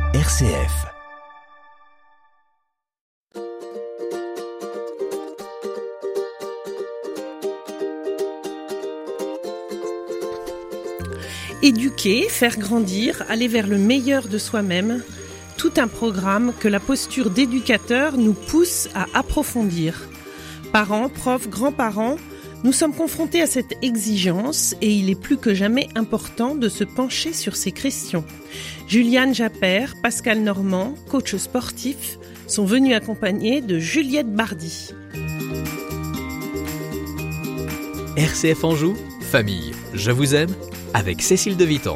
RCF. Éduquer, faire grandir, aller vers le meilleur de soi-même, tout un programme que la posture d'éducateur nous pousse à approfondir. Parents, profs, grands-parents, nous sommes confrontés à cette exigence et il est plus que jamais important de se pencher sur ces questions. Juliane Japper, Pascal Normand, coach sportif, sont venus accompagnés de Juliette Bardi. RCF Anjou, famille, je vous aime, avec Cécile de Vitan.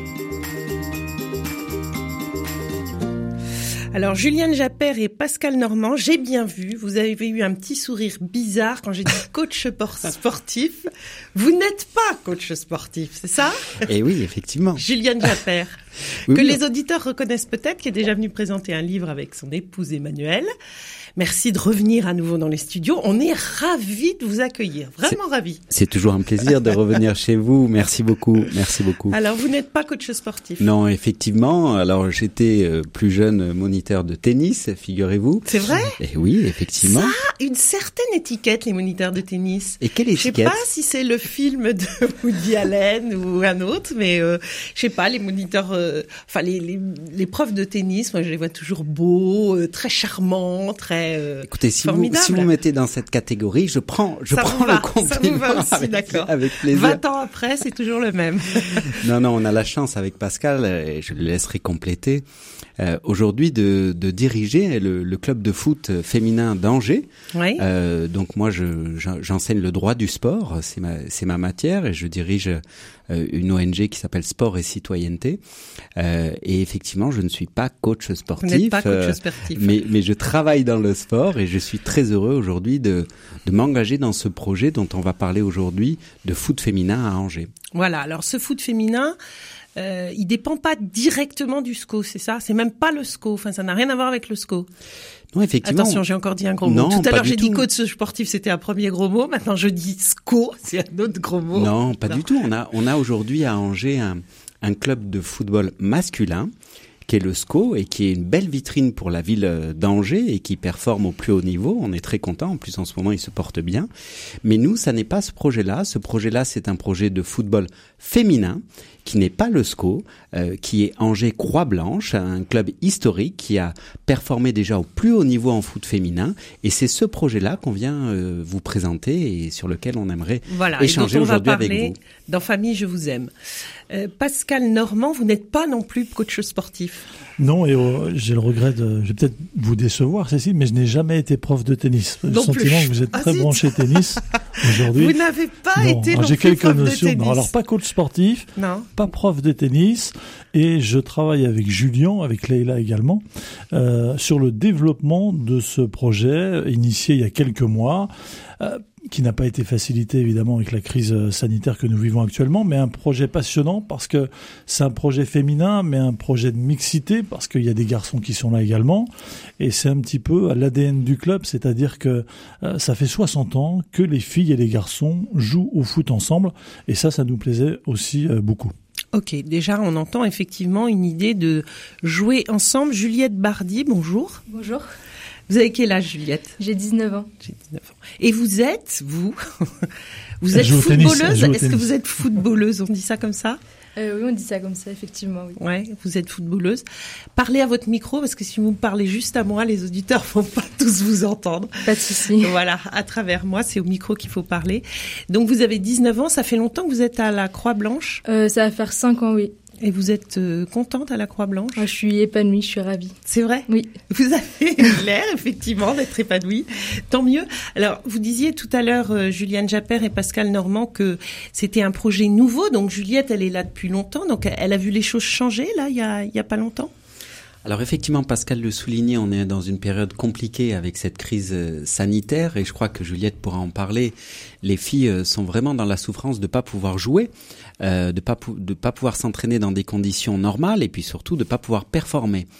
Alors Juliane Japper et Pascal Normand, j'ai bien vu, vous avez eu un petit sourire bizarre quand j'ai dit coach sportif. Vous n'êtes pas coach sportif, c'est ça ? Eh oui, effectivement. Juliane Japper, oui, que oui. les auditeurs reconnaissent peut-être, qui est déjà venue présenter un livre avec son épouse Emmanuelle. Merci de revenir à nouveau dans les studios. On est ravis de vous accueillir, vraiment ravis. C'est toujours un plaisir de revenir chez vous. Merci beaucoup, merci beaucoup. Alors, vous n'êtes pas coach sportif ? Non, effectivement. Alors, j'étais plus jeune moniteur de tennis, figurez-vous. C'est vrai ? Et oui, effectivement. Ça a une certaine étiquette, les moniteurs de tennis. Et quelle étiquette ? Je sais pas si c'est le film de Woody Allen ou un autre, mais je sais pas, les moniteurs, les profs de tennis, moi je les vois toujours beaux, très charmants, très Écoutez, si vous mettez dans cette catégorie, je prends le compliment. Ça vous va aussi, d'accord. Avec plaisir. 20 ans après, c'est toujours le même. Non, on a la chance avec Pascal, et je le laisserai compléter, aujourd'hui de diriger le club de foot féminin d'Angers. Oui. Donc moi, j'enseigne le droit du sport, c'est ma matière, et je dirige une ONG qui s'appelle Sport et Citoyenneté. Et effectivement, je ne suis pas coach sportif. Vous n'êtes pas coach sportif. Mais je travaille dans le sport et je suis très heureux aujourd'hui de m'engager dans ce projet dont on va parler aujourd'hui, de foot féminin à Angers. Voilà, alors ce foot féminin, il dépend pas directement du SCO, c'est ça ? C'est même pas le SCO, enfin ça n'a rien à voir avec le SCO. Non, effectivement. Attention, j'ai encore dit un gros mot. Tout à l'heure, j'ai dit coach sportif, c'était un premier gros mot. Maintenant, je dis SCO, c'est un autre gros mot. Non, pas du tout. On a aujourd'hui à Angers un club de football masculin qui est le SCO et qui est une belle vitrine pour la ville d'Angers et qui performe au plus haut niveau. On est très contents. En plus, en ce moment, il se porte bien. Mais nous, ça n'est pas ce projet-là. Ce projet-là, c'est un projet de football féminin qui n'est pas le SCO, qui est Angers Croix-Blanche, un club historique qui a performé déjà au plus haut niveau en foot féminin. Et c'est ce projet-là qu'on vient vous présenter et sur lequel on aimerait échanger aujourd'hui avec vous. Dans Famille, je vous aime. Pascal Normand, vous n'êtes pas non plus coach sportif. Non, et j'ai le regret je vais peut-être vous décevoir, Cécile, mais je n'ai jamais été prof de tennis. J'ai le sentiment que vous êtes très branché tennis aujourd'hui. Vous n'avez pas été non j'ai plus quelques prof notions. de tennis. Non, alors pas coach sportif, non. Pas prof de tennis, et je travaille avec Julien, avec Leïla également, sur le développement de ce projet initié il y a quelques mois. Qui n'a pas été facilité évidemment avec la crise sanitaire que nous vivons actuellement, mais un projet passionnant parce que c'est un projet féminin, mais un projet de mixité parce qu'il y a des garçons qui sont là également, et c'est un petit peu à l'ADN du club, c'est-à-dire que ça fait 60 ans que les filles et les garçons jouent au foot ensemble, et ça nous plaisait aussi beaucoup. Ok, déjà on entend effectivement une idée de jouer ensemble. Juliette Bardi, bonjour. Bonjour. Vous avez quel âge, Juliette ? J'ai 19 ans. J'ai 19 ans. Et vous êtes footballeuse ? Est-ce que vous êtes footballeuse ? On dit ça comme ça ? Oui, on dit ça comme ça, effectivement, oui. Ouais, vous êtes footballeuse. Parlez à votre micro, parce que si vous me parlez juste à moi, les auditeurs vont pas tous vous entendre. Pas de souci. Voilà, à travers moi, c'est au micro qu'il faut parler. Donc vous avez 19 ans, ça fait longtemps que vous êtes à la Croix-Blanche ? Ça va faire 5 ans, oui. Et vous êtes contente à la Croix-Blanche ? Je suis épanouie, je suis ravie. C'est vrai ? Oui. Vous avez l'air, effectivement, d'être épanouie. Tant mieux. Alors, vous disiez tout à l'heure, Juliane Japper et Pascal Normand, que c'était un projet nouveau. Donc, Juliette, elle est là depuis longtemps. Donc, elle a vu les choses changer, là, il y a pas longtemps. Alors effectivement, Pascal le soulignait, on est dans une période compliquée avec cette crise sanitaire et je crois que Juliette pourra en parler. Les filles sont vraiment dans la souffrance de pas pouvoir jouer, de pas pouvoir s'entraîner dans des conditions normales et puis surtout de pas pouvoir performer.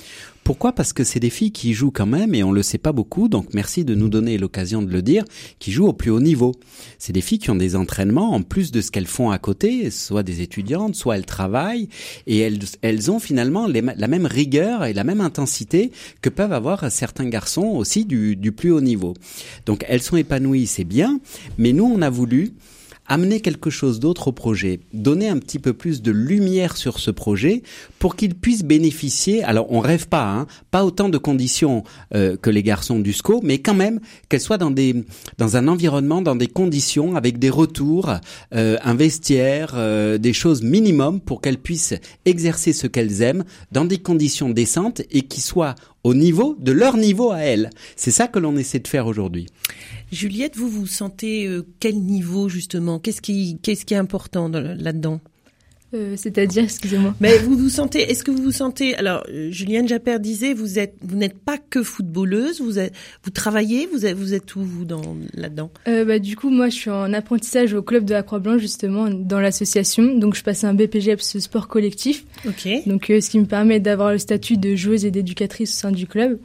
Pourquoi ? Parce que c'est des filles qui jouent quand même, et on le sait pas beaucoup, donc merci de nous donner l'occasion de le dire, qui jouent au plus haut niveau. C'est des filles qui ont des entraînements, en plus de ce qu'elles font à côté, soit des étudiantes, soit elles travaillent, et elles ont finalement la même rigueur et la même intensité que peuvent avoir certains garçons aussi du plus haut niveau. Donc elles sont épanouies, c'est bien, mais nous on a voulu amener quelque chose d'autre au projet, donner un petit peu plus de lumière sur ce projet pour qu'ils puissent bénéficier, alors on rêve pas, pas autant de conditions que les garçons du SCO, mais quand même qu'elles soient dans un environnement, dans des conditions, avec des retours, un vestiaire, des choses minimum pour qu'elles puissent exercer ce qu'elles aiment dans des conditions décentes et qui soient au niveau de leur niveau à elles. C'est ça que l'on essaie de faire aujourd'hui. Juliette, vous sentez quel niveau justement ? Qu'est-ce qui est important là-dedans ? C'est-à-dire, excusez-moi. Mais est-ce que vous vous sentez, alors Juliane Japper disait, vous n'êtes pas que footballeuse, vous travaillez, vous êtes où vous là-dedans ? Du coup, moi, je suis en apprentissage au club de la Croix-Blanche, justement, dans l'association. Donc, je passe un BPGEPS sport collectif. Ok. Donc, ce qui me permet d'avoir le statut de joueuse et d'éducatrice au sein du club.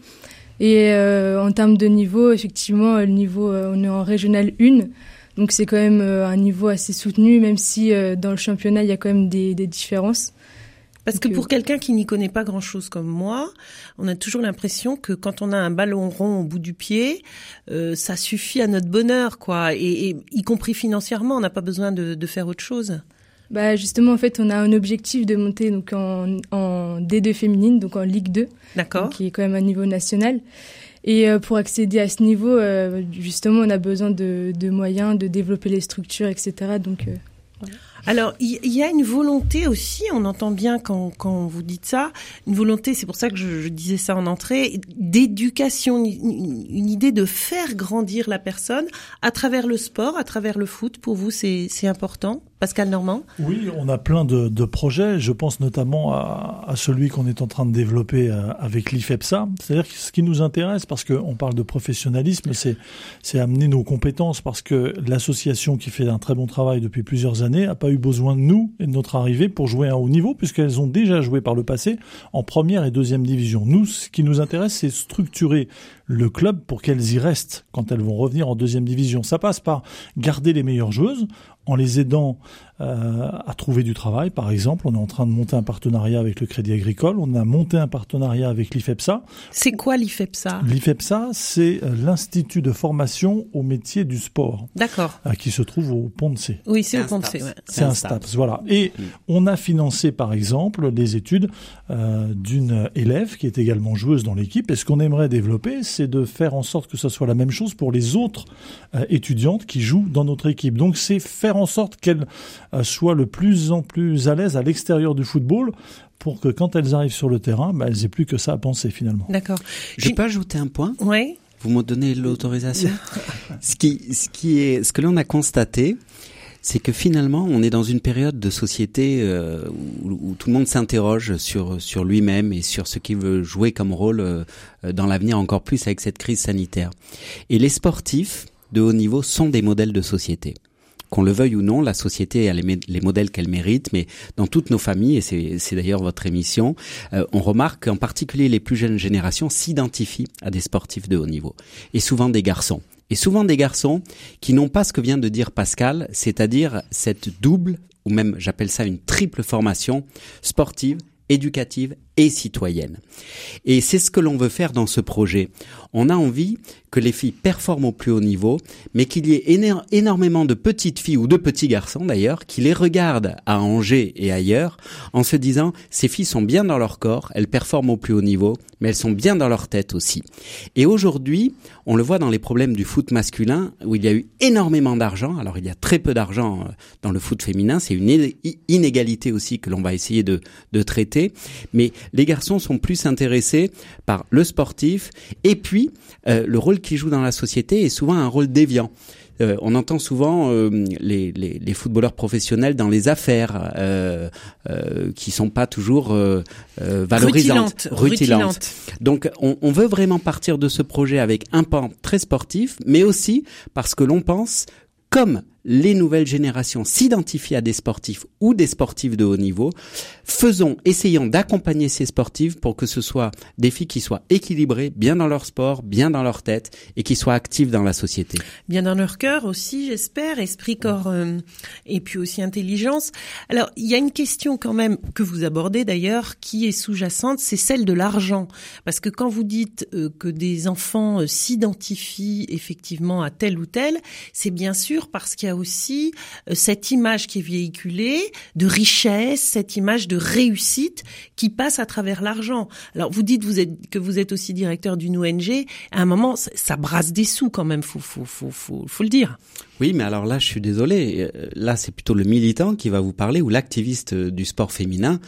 Et en termes de niveau, effectivement, le niveau, on est en régional 1. Donc c'est quand même un niveau assez soutenu, même si dans le championnat, il y a quand même des différences. Parce que pour quelqu'un qui n'y connaît pas grand-chose comme moi, on a toujours l'impression que quand on a un ballon rond au bout du pied, ça suffit à notre bonheur, quoi. Et y compris financièrement, on n'a pas besoin de faire autre chose. Bah justement, en fait, on a un objectif de monter donc en D2 féminine, donc en Ligue 2. D'accord. Qui est quand même un niveau national. Et pour accéder à ce niveau, justement, on a besoin de moyens, de développer les structures, etc. Donc, voilà. Alors, il y a une volonté aussi, on entend bien quand vous dites ça, une volonté, c'est pour ça que je disais ça en entrée, d'éducation, une idée de faire grandir la personne à travers le sport, à travers le foot. Pour vous, c'est important ? Pascal Normand ? Oui, on a plein de projets. Je pense notamment à celui qu'on est en train de développer avec l'IFEPSA. C'est-à-dire que ce qui nous intéresse, parce qu'on parle de professionnalisme, c'est amener nos compétences, parce que l'association qui fait un très bon travail depuis plusieurs années n'a pas eu besoin de nous et de notre arrivée pour jouer à un haut niveau, puisqu'elles ont déjà joué par le passé en première et deuxième division. Nous, ce qui nous intéresse, c'est structurer le club pour qu'elles y restent quand elles vont revenir en deuxième division. Ça passe par garder les meilleures joueuses, en les aidant à trouver du travail. Par exemple, on est en train de monter un partenariat avec le Crédit Agricole. On a monté un partenariat avec l'IFEPSA. C'est quoi l'IFEPSA ? L'IFEPSA, c'est l'Institut de formation au métier du sport. D'accord. Qui se trouve au Pont de C. Oui, c'est au Pont de C. Ouais. C'est un STAPS, voilà. Et on a financé, par exemple, les études d'une élève qui est également joueuse dans l'équipe. Et ce qu'on aimerait développer, c'est de faire en sorte que ce soit la même chose pour les autres étudiantes qui jouent dans notre équipe. Donc, c'est faire en sorte qu'elles soient de plus en plus à l'aise à l'extérieur du football pour que quand elles arrivent sur le terrain, elles aient plus que ça à penser finalement. D'accord. Je peux ajouter un point ? Oui. Vous me donnez l'autorisation ? Ce que l'on a constaté, c'est que finalement, on est dans une période de société où tout le monde s'interroge sur lui-même et sur ce qu'il veut jouer comme rôle dans l'avenir, encore plus avec cette crise sanitaire. Et les sportifs de haut niveau sont des modèles de société. Qu'on le veuille ou non, la société a les modèles qu'elle mérite, mais dans toutes nos familles, et c'est d'ailleurs votre émission, on remarque qu'en particulier les plus jeunes générations s'identifient à des sportifs de haut niveau, et souvent des garçons. Et souvent des garçons qui n'ont pas ce que vient de dire Pascal, c'est-à-dire cette double, ou même j'appelle ça une triple formation sportive, éducative et citoyenne. Et c'est ce que l'on veut faire dans ce projet. On a envie que les filles performent au plus haut niveau, mais qu'il y ait énormément de petites filles ou de petits garçons d'ailleurs, qui les regardent à Angers et ailleurs, en se disant, ces filles sont bien dans leur corps, elles performent au plus haut niveau, mais elles sont bien dans leur tête aussi. Et aujourd'hui, on le voit dans les problèmes du foot masculin, où il y a eu énormément d'argent. Alors il y a très peu d'argent dans le foot féminin, c'est une inégalité aussi que l'on va essayer de traiter, mais les garçons sont plus intéressés par le sportif, et puis le rôle qu'il joue dans la société est souvent un rôle déviant. On entend souvent les footballeurs professionnels dans les affaires qui sont pas toujours valorisantes, rutilantes. Donc on veut vraiment partir de ce projet avec un pan très sportif, mais aussi parce que l'on pense, comme les nouvelles générations s'identifient à des sportifs ou des sportifs de haut niveau, essayons d'accompagner ces sportifs pour que ce soit des filles qui soient équilibrées, bien dans leur sport, bien dans leur tête et qui soient actives dans la société. Bien dans leur cœur aussi, j'espère, esprit, corps et puis aussi intelligence. Alors, il y a une question quand même que vous abordez d'ailleurs qui est sous-jacente, c'est celle de l'argent. Parce que quand vous dites que des enfants s'identifient effectivement à tel ou tel, c'est bien sûr parce qu'il y a aussi cette image qui est véhiculée de richesse, cette image de réussite qui passe à travers l'argent. Alors, vous dites que vous êtes aussi directeur d'une ONG. À un moment, ça brasse des sous quand même, faut le dire. Oui, mais alors là, je suis désolé. Là, c'est plutôt le militant qui va vous parler ou l'activiste du sport féminin.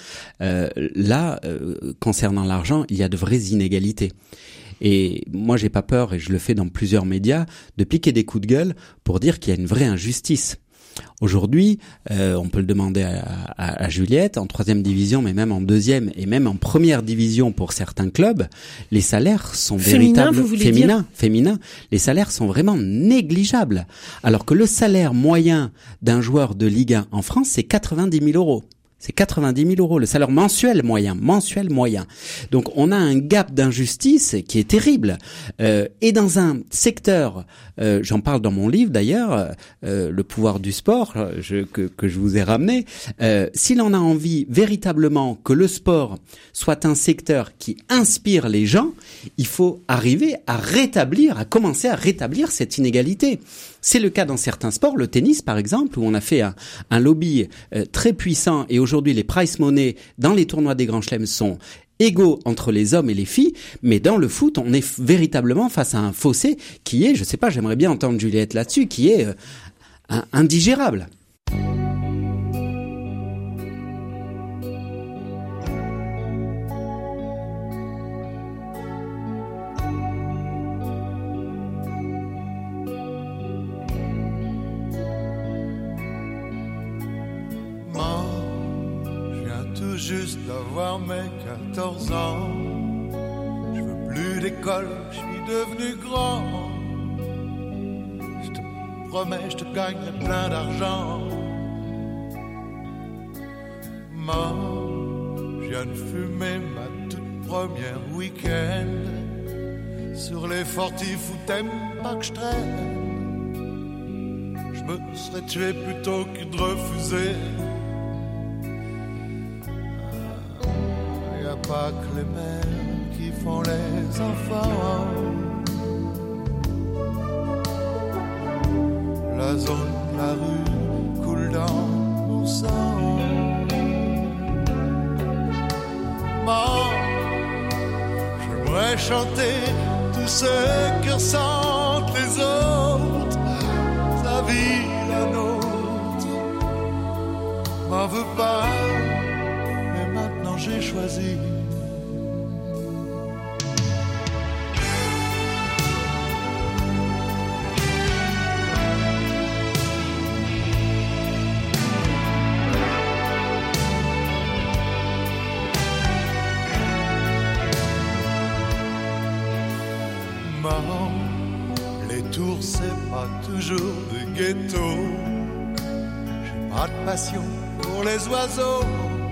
Concernant l'argent, il y a de vraies inégalités. Et moi, j'ai pas peur, et je le fais dans plusieurs médias, de piquer des coups de gueule pour dire qu'il y a une vraie injustice. Aujourd'hui, on peut le demander à Juliette, en 3e division, mais même en 2e et même en 1re division pour certains clubs, les salaires sont féminins. Les salaires sont vraiment négligeables. Alors que le salaire moyen d'un joueur de Ligue 1 en France, c'est 90 000 euros. C'est 90 000 euros, le salaire mensuel moyen. Donc, on a un gap d'injustice qui est terrible. Et dans un secteur, j'en parle dans mon livre d'ailleurs, le pouvoir du sport, que je vous ai ramené. Si l'on a envie véritablement que le sport soit un secteur qui inspire les gens, il faut arriver à commencer à rétablir cette inégalité. C'est le cas dans certains sports, le tennis par exemple, où on a fait un lobby très puissant et aujourd'hui les prize money dans les tournois des grands chelems sont égaux entre les hommes et les filles, mais dans le foot, on est véritablement face à un fossé qui est, je sais pas, j'aimerais bien entendre Juliette là-dessus, qui est indigérable. Juste d'avoir mes 14 ans, je veux plus d'école, je suis devenu grand. Je te promets, je te gagne plein d'argent. Je viens de fumer ma toute première week-end sur les fortifs où t'aimes pas que je traîne. Je me serais tué plutôt que de refuser. Pas que les mères qui font les enfants. La zone, la rue coule dans mon sang. J'aimerais chanter tout ce que ressentent les autres. Ta vie, la nôtre. M'en veux pas, mais maintenant j'ai choisi. Les tours, c'est pas toujours des ghettos. J'ai pas de passion pour les oiseaux,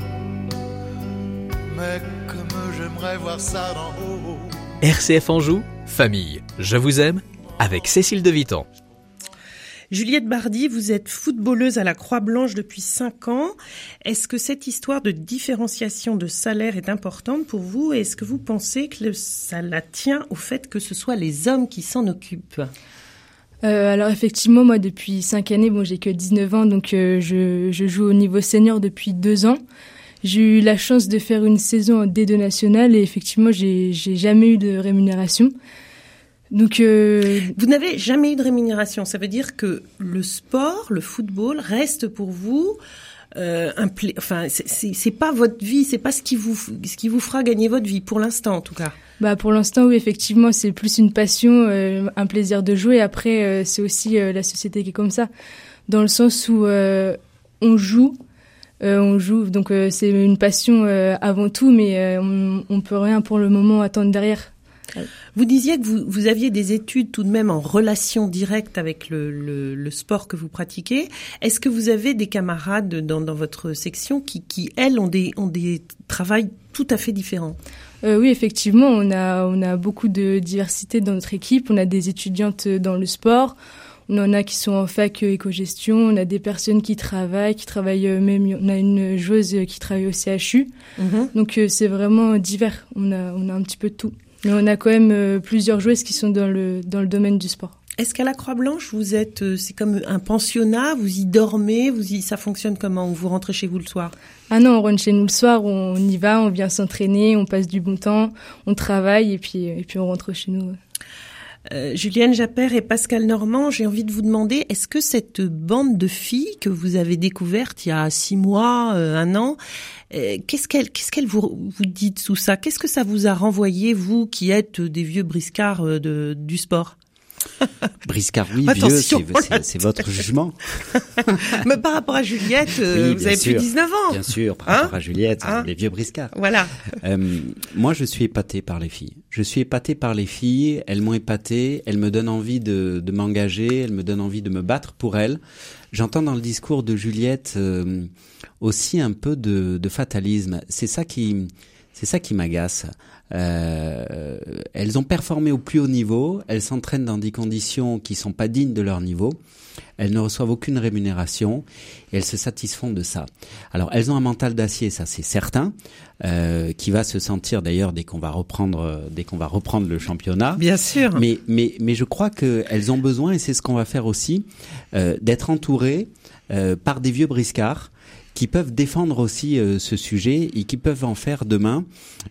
mais comme j'aimerais voir ça d'en haut. RCF Anjou, famille, je vous aime, avec Cécile de Vitan. Juliette Bardy, vous êtes footballeuse à la Croix-Blanche depuis 5 ans. Est-ce que cette histoire de différenciation de salaire est importante pour vous? Et est-ce que vous pensez que ça tient au fait que ce soit les hommes qui s'en occupent? Alors effectivement, moi depuis 5 années, j'ai que 19 ans, donc je joue au niveau senior depuis 2 ans. J'ai eu la chance de faire une saison en D2 nationale et effectivement, j'ai jamais eu de rémunération. Donc, vous n'avez jamais eu de rémunération. Ça veut dire que le sport, le football, reste pour vous c'est pas votre vie, c'est pas ce qui vous fera gagner votre vie pour l'instant en tout cas. Pour l'instant oui, effectivement, c'est plus une passion, un plaisir de jouer. Après, c'est aussi la société qui est comme ça, dans le sens où on joue, donc c'est une passion avant tout, mais on peut rien pour le moment attendre derrière. Vous disiez que vous aviez des études tout de même en relation directe avec le sport que vous pratiquez. Est-ce que vous avez des camarades dans votre section qui elles, ont des travails tout à fait différents? Oui, effectivement, on a beaucoup de diversité dans notre équipe. On a des étudiantes dans le sport. On en a qui sont en fac éco-gestion. On a des personnes qui travaillent même. On a une joueuse qui travaille au CHU. Donc c'est vraiment divers. On a un petit peu de tout. Mais on a quand même plusieurs joueuses qui sont dans le domaine du sport. Est-ce qu'à la Croix-Blanche, c'est comme un pensionnat, vous y dormez, ça fonctionne comment? Ou vous rentrez chez vous le soir? Ah non, on rentre chez nous le soir, on y va, on vient s'entraîner, on passe du bon temps, on travaille et puis on rentre chez nous. Julienne Japper et Pascal Normand, j'ai envie de vous demander, est-ce que cette bande de filles que vous avez découverte il y a 6 mois, 1 an, qu'est-ce qu'elle vous dit de tout ça? Qu'est-ce que ça vous a renvoyé, vous qui êtes des vieux briscards du sport? Briscard, oui, attention, vieux, c'est votre jugement. Mais par rapport à Juliette, oui, vous avez plus 19 ans. Bien sûr, par rapport à Juliette, les vieux briscards. Voilà. Moi, je suis épaté par les filles. Elles m'ont épaté, elles me donnent envie de m'engager, elles me donnent envie de me battre pour elles. J'entends dans le discours de Juliette aussi un peu de fatalisme. C'est ça qui m'agace. Elles ont performé au plus haut niveau, elles s'entraînent dans des conditions qui sont pas dignes de leur niveau, elles ne reçoivent aucune rémunération et elles se satisfont de ça. Alors elles ont un mental d'acier, ça c'est certain, qui va se sentir d'ailleurs dès qu'on va reprendre le championnat. Bien sûr. Mais je crois que elles ont besoin, et c'est ce qu'on va faire aussi, d'être entourées par des vieux briscards qui peuvent défendre aussi ce sujet et qui peuvent en faire demain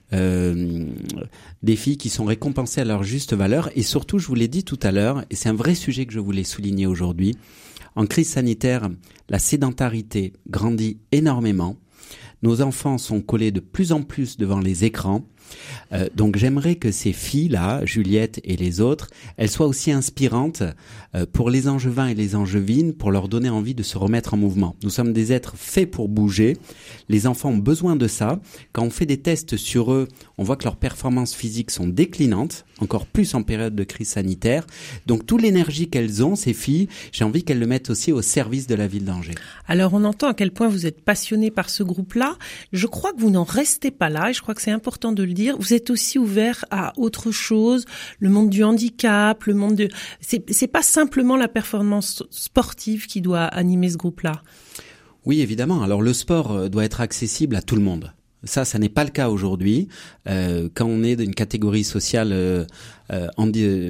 des filles qui sont récompensées à leur juste valeur. Et surtout, je vous l'ai dit tout à l'heure, et c'est un vrai sujet que je voulais souligner aujourd'hui, en crise sanitaire, la sédentarité grandit énormément. Nos enfants sont collés de plus en plus devant les écrans. Donc j'aimerais que ces filles-là, Juliette et les autres, elles soient aussi inspirantes pour les angevins et les angevines, pour leur donner envie de se remettre en mouvement. Nous sommes des êtres faits pour bouger. Les enfants ont besoin de ça. Quand on fait des tests sur eux, on voit que leurs performances physiques sont déclinantes, encore plus en période de crise sanitaire. Donc toute l'énergie qu'elles ont, ces filles, j'ai envie qu'elles le mettent aussi au service de la ville d'Angers. Alors on entend à quel point vous êtes passionné par ce groupe-là. Je crois que vous n'en restez pas là, et je crois que c'est important de le dire. Vous êtes aussi ouvert à autre chose, le monde du handicap, le monde de... C'est pas simplement la performance sportive qui doit animer ce groupe-là. Oui, évidemment. Alors le sport doit être accessible à tout le monde. Ça n'est pas le cas aujourd'hui. Quand on est d'une catégorie sociale en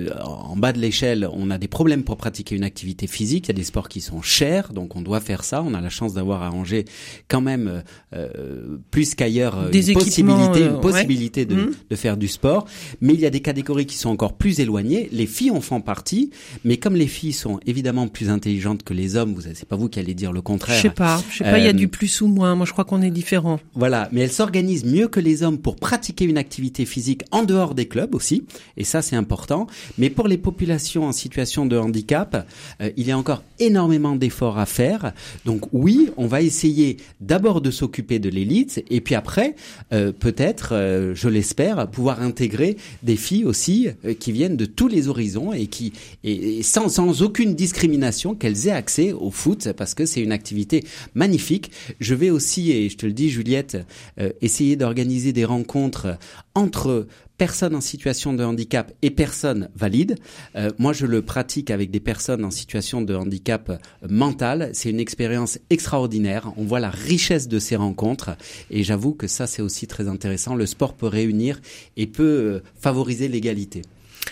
bas de l'échelle, on a des problèmes pour pratiquer une activité physique. Il y a des sports qui sont chers, donc on doit faire ça. On a la chance d'avoir à Angers quand même plus qu'ailleurs une possibilité de faire du sport. Mais il y a des catégories qui sont encore plus éloignées. Les filles en font partie, mais comme les filles sont évidemment plus intelligentes que les hommes, c'est pas vous qui allez dire le contraire. Je sais pas, il y a du plus ou moins. Moi, je crois qu'on est différents. Voilà, mais elles s'organisent mieux que les hommes pour pratiquer une activité physique en dehors des clubs aussi, et ça c'est important. Mais pour les populations en situation de handicap, il y a encore énormément d'efforts à faire. Donc oui, on va essayer d'abord de s'occuper de l'élite, et puis après, peut-être, je l'espère, pouvoir intégrer des filles aussi qui viennent de tous les horizons et sans aucune discrimination, qu'elles aient accès au foot, parce que c'est une activité magnifique. Je vais aussi, et je te le dis Juliette, essayer d'organiser des rencontres entre personnes en situation de handicap et personnes valides. Moi, je le pratique avec des personnes en situation de handicap mental. C'est une expérience extraordinaire. On voit la richesse de ces rencontres et j'avoue que ça, c'est aussi très intéressant. Le sport peut réunir et peut favoriser l'égalité.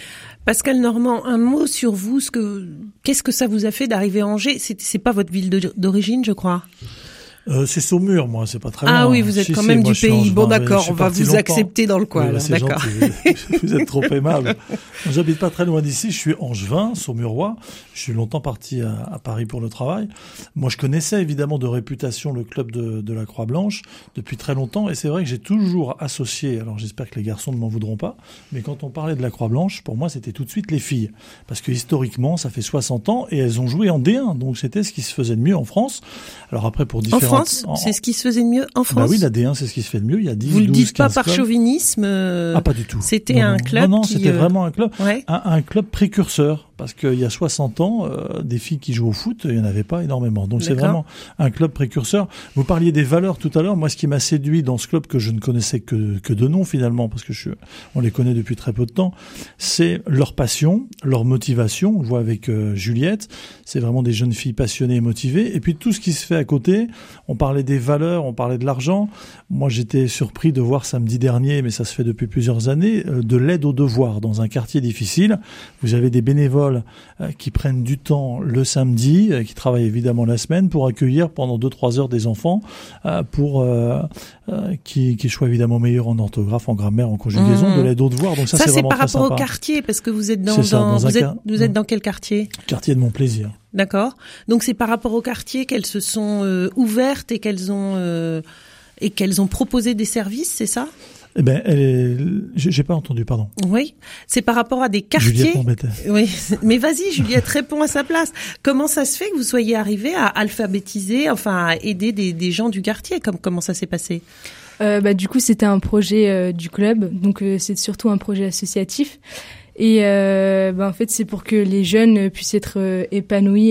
Pascal Normand, un mot sur vous. Qu'est-ce que ça vous a fait d'arriver à Angers ? C'est pas votre ville d'origine, je crois. C'est Saumur, moi, c'est pas très loin. Ah oui, vous êtes quand même du pays. Bon, d'accord, on va vous accepter dans le coin. Oui, là, c'est d'accord. Gentil, vous êtes trop aimable. J'habite pas très loin d'ici, je suis angevin, saumurois. Je suis longtemps parti à Paris pour le travail. Moi, je connaissais évidemment de réputation le club de la Croix-Blanche depuis très longtemps, et c'est vrai que j'ai toujours associé, alors j'espère que les garçons ne m'en voudront pas, mais quand on parlait de la Croix-Blanche, pour moi, c'était tout de suite les filles. Parce que historiquement, ça fait 60 ans, et elles ont joué en D1, donc c'était ce qui se faisait de mieux en France. Alors après, pour différentes France, c'est ce qui se faisait de mieux en France. Bah oui, la D1, c'est ce qui se fait de mieux. Il y a 10, Vous 12, le dites pas 15 par clubs. chauvinisme. Ah, pas du tout. C'était un club. Non, qui, c'était vraiment un club. Ouais. Un club précurseur. Parce qu'il y a 60 ans, des filles qui jouent au foot, il n'y en avait pas énormément. Donc c'est vraiment un club précurseur. Vous parliez des valeurs tout à l'heure. Moi, ce qui m'a séduit dans ce club que je ne connaissais que de nom finalement, parce que on les connaît depuis très peu de temps, c'est leur passion, leur motivation. On le voit avec Juliette. C'est vraiment des jeunes filles passionnées et motivées. Et puis tout ce qui se fait à côté. On parlait des valeurs, on parlait de l'argent. Moi, j'étais surpris de voir samedi dernier, mais ça se fait depuis plusieurs années, de l'aide aux devoirs dans un quartier difficile. Vous avez des bénévoles qui prennent du temps le samedi, qui travaillent évidemment la semaine pour accueillir pendant 2-3 heures des enfants pour qui soient évidemment meilleurs en orthographe, en grammaire, en conjugaison, de l'aide aux devoirs. Donc ça c'est vraiment par très rapport sympa. au quartier, parce que vous êtes vous êtes dans quel quartier? Quartier de mon plaisir. D'accord. Donc c'est par rapport au quartier qu'elles se sont ouvertes et qu'elles ont proposé des services, c'est ça? Eh ben, j'ai pas entendu, pardon. Oui, c'est par rapport à des quartiers. Juliette m'embêtait. Oui, mais vas-y, Juliette, réponds à sa place. Comment ça se fait que vous soyez arrivée à alphabétiser, enfin à aider des gens du quartier? Comment ça s'est passé? Du coup, c'était un projet du club, donc c'est surtout un projet associatif. Et en fait, c'est pour que les jeunes puissent être épanouis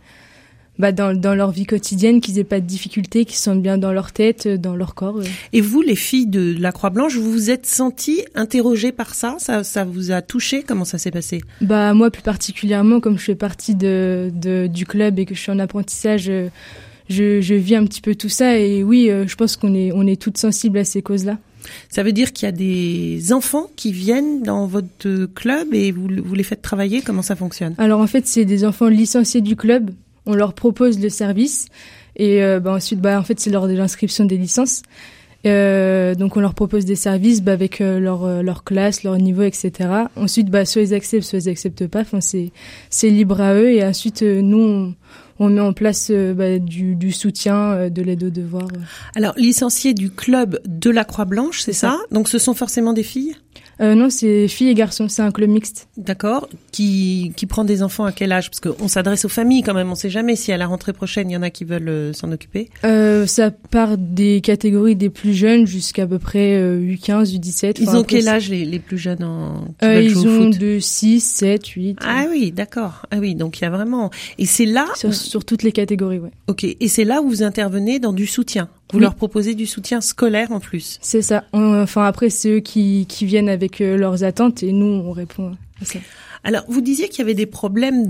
dans leur vie quotidienne, qu'ils aient pas de difficultés, qu'ils se sentent bien dans leur tête, dans leur corps. Et vous, les filles de la Croix-Blanche, vous vous êtes senties interrogées par ça? Ça vous a touché? Comment ça s'est passé? Moi, plus particulièrement, comme je fais partie du club et que je suis en apprentissage, je vis un petit peu tout ça. Et oui, je pense qu'on est toutes sensibles à ces causes-là. Ça veut dire qu'il y a des enfants qui viennent dans votre club et vous les faites travailler? Comment ça fonctionne? Alors en fait, c'est des enfants licenciés du club. On leur propose le service et ensuite en fait c'est lors de l'inscription des licences. Donc on leur propose des services avec leur classe, leur niveau, etc. Ensuite soit ils acceptent, soit ils acceptent pas. Enfin c'est libre à eux et ensuite nous on met en place du soutien, de l'aide aux devoirs. Alors licenciés du club de la Croix-Blanche, c'est ça? Donc ce sont forcément des filles? Non, c'est filles et garçons, c'est un club mixte. D'accord. Qui prend des enfants à quel âge? Parce qu'on s'adresse aux familles quand même, on sait jamais si à la rentrée prochaine, il y en a qui veulent s'en occuper. Ça part des catégories des plus jeunes jusqu'à peu près U15, U17. Ils ont quel âge les plus jeunes qui veulent ils jouer au ont foot? de 6, 7, 8. Ah oui, d'accord. Ah oui, donc il y a vraiment... Et c'est là... Sur toutes les catégories, ouais. Ok, et c'est là où vous intervenez dans du soutien. Vous leur proposez du soutien scolaire en plus. C'est ça. Après, c'est eux qui viennent avec leurs attentes et nous, on répond à ça. Alors, vous disiez qu'il y avait des problèmes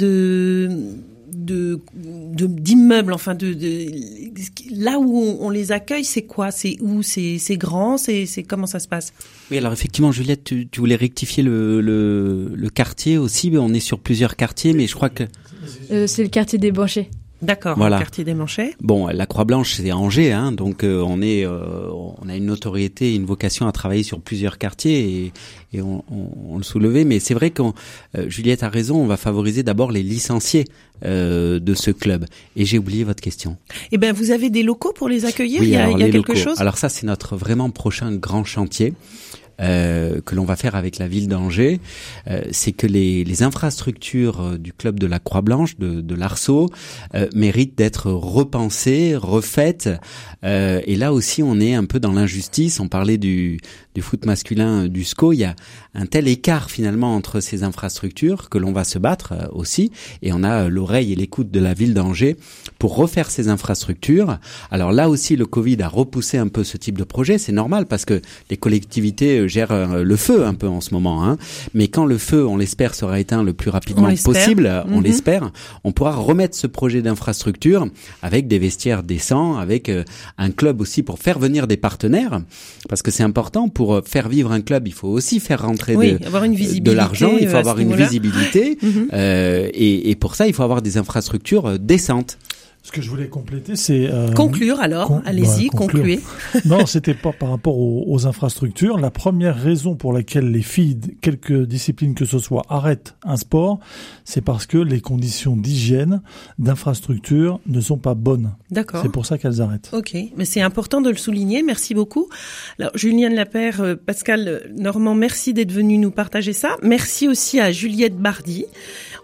d'immeubles, enfin là où on les accueille, c'est quoi? C'est où? C'est grand? C'est comment ça se passe? Oui, alors effectivement, Juliette, tu voulais rectifier le quartier aussi. On est sur plusieurs quartiers, mais je crois que c'est le quartier des Banchets. D'accord, voilà. Le quartier des Manchets. Bon, la Croix-Blanche, c'est à Angers, donc on a une notoriété, une vocation à travailler sur plusieurs quartiers et on le soulevait. Mais c'est vrai que Juliette a raison, on va favoriser d'abord les licenciés de ce club. Et j'ai oublié votre question. Eh ben, vous avez des locaux pour les accueillir? Oui, il y a quelque locaux. chose? Alors ça, c'est notre vraiment prochain grand chantier. Que l'on va faire avec la ville d'Angers, c'est que les infrastructures du club de la Croix-Blanche, de l'Arceau, méritent d'être repensées, refaites. Et là aussi, on est un peu dans l'injustice. On parlait du foot masculin du SCO. Il y a un tel écart finalement entre ces infrastructures que l'on va se battre aussi. Et on a l'oreille et l'écoute de la ville d'Angers pour refaire ces infrastructures. Alors là aussi, le Covid a repoussé un peu ce type de projet. C'est normal parce que les collectivités gèrent le feu un peu en ce moment. Mais quand le feu, on l'espère, sera éteint le plus rapidement possible, on l'espère, on pourra remettre ce projet d'infrastructure avec des vestiaires décents, avec un club aussi pour faire venir des partenaires. Parce que c'est important, pour faire vivre un club, il faut aussi faire rentrer de l'argent, il faut avoir une visibilité. Et pour ça, il faut avoir des infrastructures décentes. Ce que je voulais compléter, c'est... conclure alors, allez-y, concluez. Non, c'était pas par rapport aux infrastructures. La première raison pour laquelle les filles, quelque discipline que ce soit, arrêtent un sport, c'est parce que les conditions d'hygiène, d'infrastructure ne sont pas bonnes. D'accord. C'est pour ça qu'elles arrêtent. Ok, mais c'est important de le souligner, merci beaucoup. Alors, Julienne Lapère, Pascal Normand, merci d'être venu nous partager ça. Merci aussi à Juliette Bardy.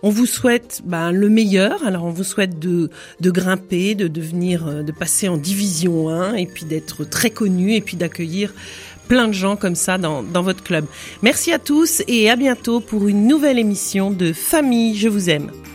On vous souhaite le meilleur. Alors on vous souhaite de grimper, de passer en division 1 et puis d'être très connu et puis d'accueillir plein de gens comme ça dans votre club. Merci à tous et à bientôt pour une nouvelle émission de Famille, je vous aime.